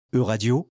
Euradio,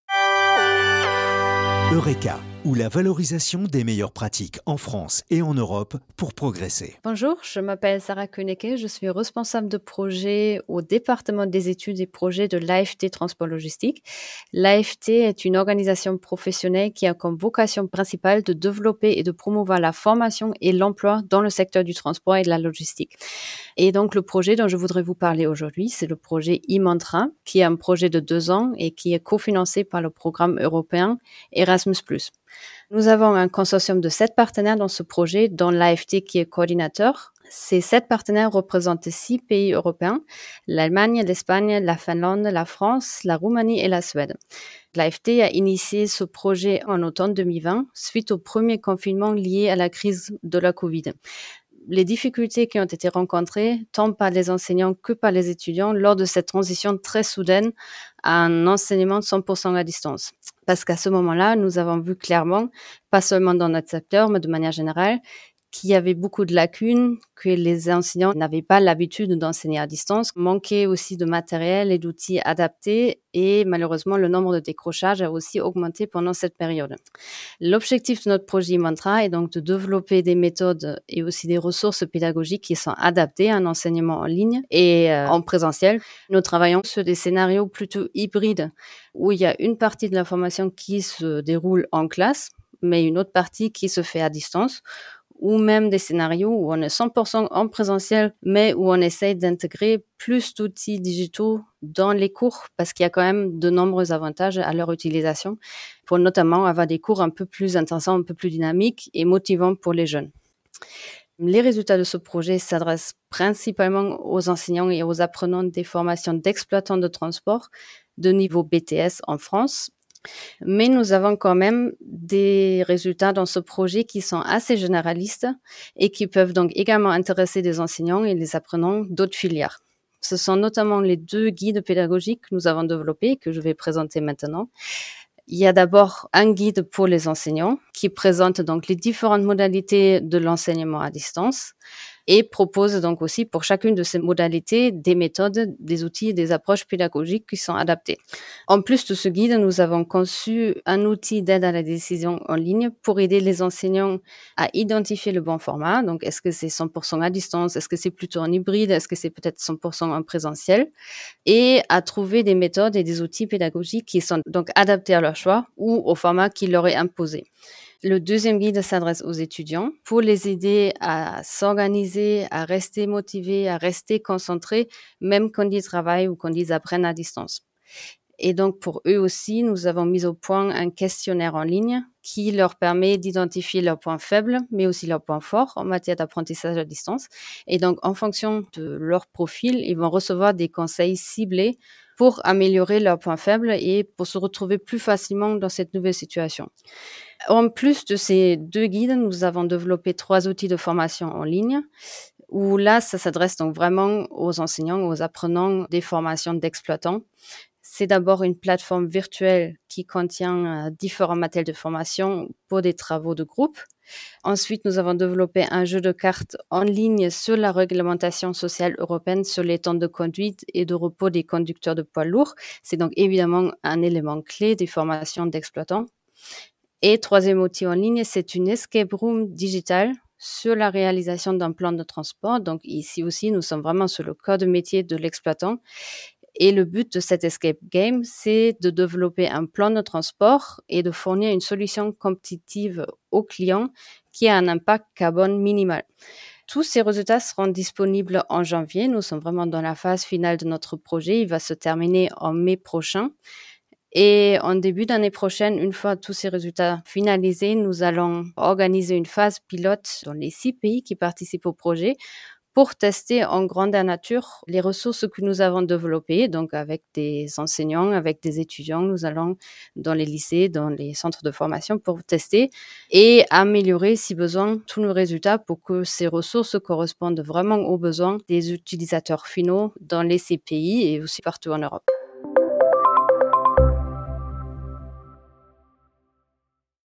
Eureka, ou la valorisation des meilleures pratiques en France et en Europe pour progresser. Bonjour, je m'appelle Sarah Koeneke, je suis responsable de projet au département des études et projets de l'AFT Transport Logistique. L'AFT est une organisation professionnelle qui a comme vocation principale de développer et de promouvoir la formation et l'emploi dans le secteur du transport et de la logistique. Et donc le projet dont je voudrais vous parler aujourd'hui, c'est le projet e-Mantra, qui est un projet de 2 ans et qui est cofinancé par le programme européen Erasmus+. Nous avons un consortium de 7 partenaires dans ce projet, dont l'AFT qui est coordinateur. Ces 7 partenaires représentent 6 pays européens, l'Allemagne, l'Espagne, la Finlande, la France, la Roumanie et la Suède. L'AFT a initié ce projet en automne 2020, suite au premier confinement lié à la crise de la Covid. Les difficultés qui ont été rencontrées, tant par les enseignants que par les étudiants, lors de cette transition très soudaine à un enseignement de 100% à distance. Parce qu'à ce moment-là, nous avons vu clairement, pas seulement dans notre secteur, mais de manière générale, qu'il y avait beaucoup de lacunes, que les enseignants n'avaient pas l'habitude d'enseigner à distance, manquaient aussi de matériel et d'outils adaptés et malheureusement, le nombre de décrochages a aussi augmenté pendant cette période. L'objectif de notre projet Mantra est donc de développer des méthodes et aussi des ressources pédagogiques qui sont adaptées à un enseignement en ligne et en présentiel. Nous travaillons sur des scénarios plutôt hybrides où il y a une partie de la formation qui se déroule en classe, mais une autre partie qui se fait à distance, ou même des scénarios où on est 100% en présentiel, mais où on essaye d'intégrer plus d'outils digitaux dans les cours, parce qu'il y a quand même de nombreux avantages à leur utilisation, pour notamment avoir des cours un peu plus intéressants, un peu plus dynamiques et motivants pour les jeunes. Les résultats de ce projet s'adressent principalement aux enseignants et aux apprenants des formations d'exploitants de transport de niveau BTS en France. Mais nous avons quand même des résultats dans ce projet qui sont assez généralistes et qui peuvent donc également intéresser des enseignants et les apprenants d'autres filières. Ce sont notamment les 2 guides pédagogiques que nous avons développés, que je vais présenter maintenant. Il y a d'abord un guide pour les enseignants qui présente donc les différentes modalités de l'enseignement à distance et propose donc aussi pour chacune de ces modalités des méthodes, des outils et des approches pédagogiques qui sont adaptés. En plus de ce guide, nous avons conçu un outil d'aide à la décision en ligne pour aider les enseignants à identifier le bon format. Donc, est-ce que c'est 100% à distance? Est-ce que c'est plutôt en hybride? Est-ce que c'est peut-être 100% en présentiel? Et à trouver des méthodes et des outils pédagogiques qui sont donc adaptés à leur choix ou au format qui leur est imposé. Le deuxième guide s'adresse aux étudiants pour les aider à s'organiser, à rester motivés, à rester concentrés, même quand ils travaillent ou quand ils apprennent à distance. Et donc, pour eux aussi, nous avons mis au point un questionnaire en ligne qui leur permet d'identifier leurs points faibles, mais aussi leurs points forts en matière d'apprentissage à distance. Et donc, en fonction de leur profil, ils vont recevoir des conseils ciblés pour améliorer leurs points faibles et pour se retrouver plus facilement dans cette nouvelle situation. En plus de ces 2 guides, nous avons développé 3 outils de formation en ligne où là, ça s'adresse donc vraiment aux enseignants, aux apprenants des formations d'exploitants. C'est d'abord une plateforme virtuelle qui contient différents matériels de formation pour des travaux de groupe. Ensuite, nous avons développé un jeu de cartes en ligne sur la réglementation sociale européenne sur les temps de conduite et de repos des conducteurs de poids lourds. C'est donc évidemment un élément clé des formations d'exploitants. Et troisième outil en ligne, c'est une escape room digitale sur la réalisation d'un plan de transport. Donc ici aussi, nous sommes vraiment sur le cœur de métier de l'exploitant. Et le but de cet escape game, c'est de développer un plan de transport et de fournir une solution compétitive aux clients qui a un impact carbone minimal. Tous ces résultats seront disponibles en janvier. Nous sommes vraiment dans la phase finale de notre projet. Il va se terminer en mai prochain. Et en début d'année prochaine, une fois tous ces résultats finalisés, nous allons organiser une phase pilote dans les 6 pays qui participent au projet pour tester en grandeur nature les ressources que nous avons développées, donc avec des enseignants, avec des étudiants. Nous allons dans les lycées, dans les centres de formation pour tester et améliorer, si besoin, tous nos résultats pour que ces ressources correspondent vraiment aux besoins des utilisateurs finaux dans les CPI et aussi partout en Europe.